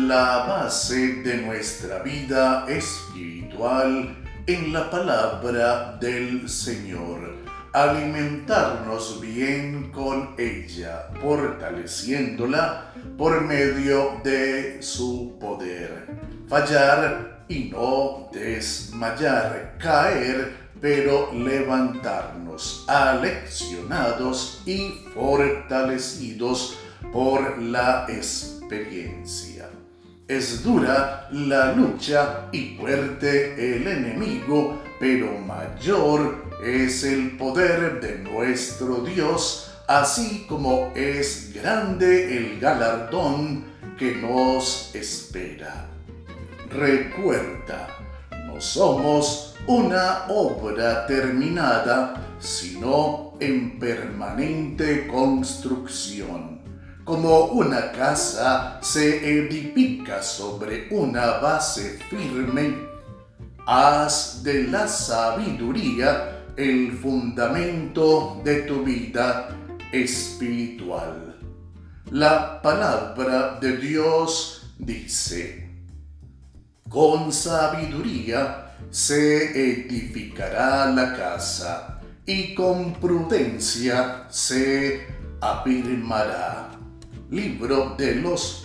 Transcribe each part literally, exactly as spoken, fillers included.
la base de nuestra vida espiritual en la palabra del Señor. Alimentarnos bien con ella, fortaleciéndola por medio de su poder. Fallar y no desmayar, caer pero levantarnos, aleccionados y fortalecidos por la experiencia. Es dura la lucha y fuerte el enemigo, pero mayor es el poder de nuestro Dios, así como es grande el galardón que nos espera. Recuerda, no somos una obra terminada, sino en permanente construcción. Como una casa se edifica sobre una base firme, haz de la sabiduría el fundamento de tu vida espiritual. La palabra de Dios dice: con sabiduría se edificará la casa, y con prudencia se afirmará. Libro de los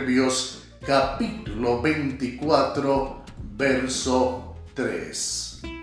Proverbios, capítulo veinticuatro, verso tres.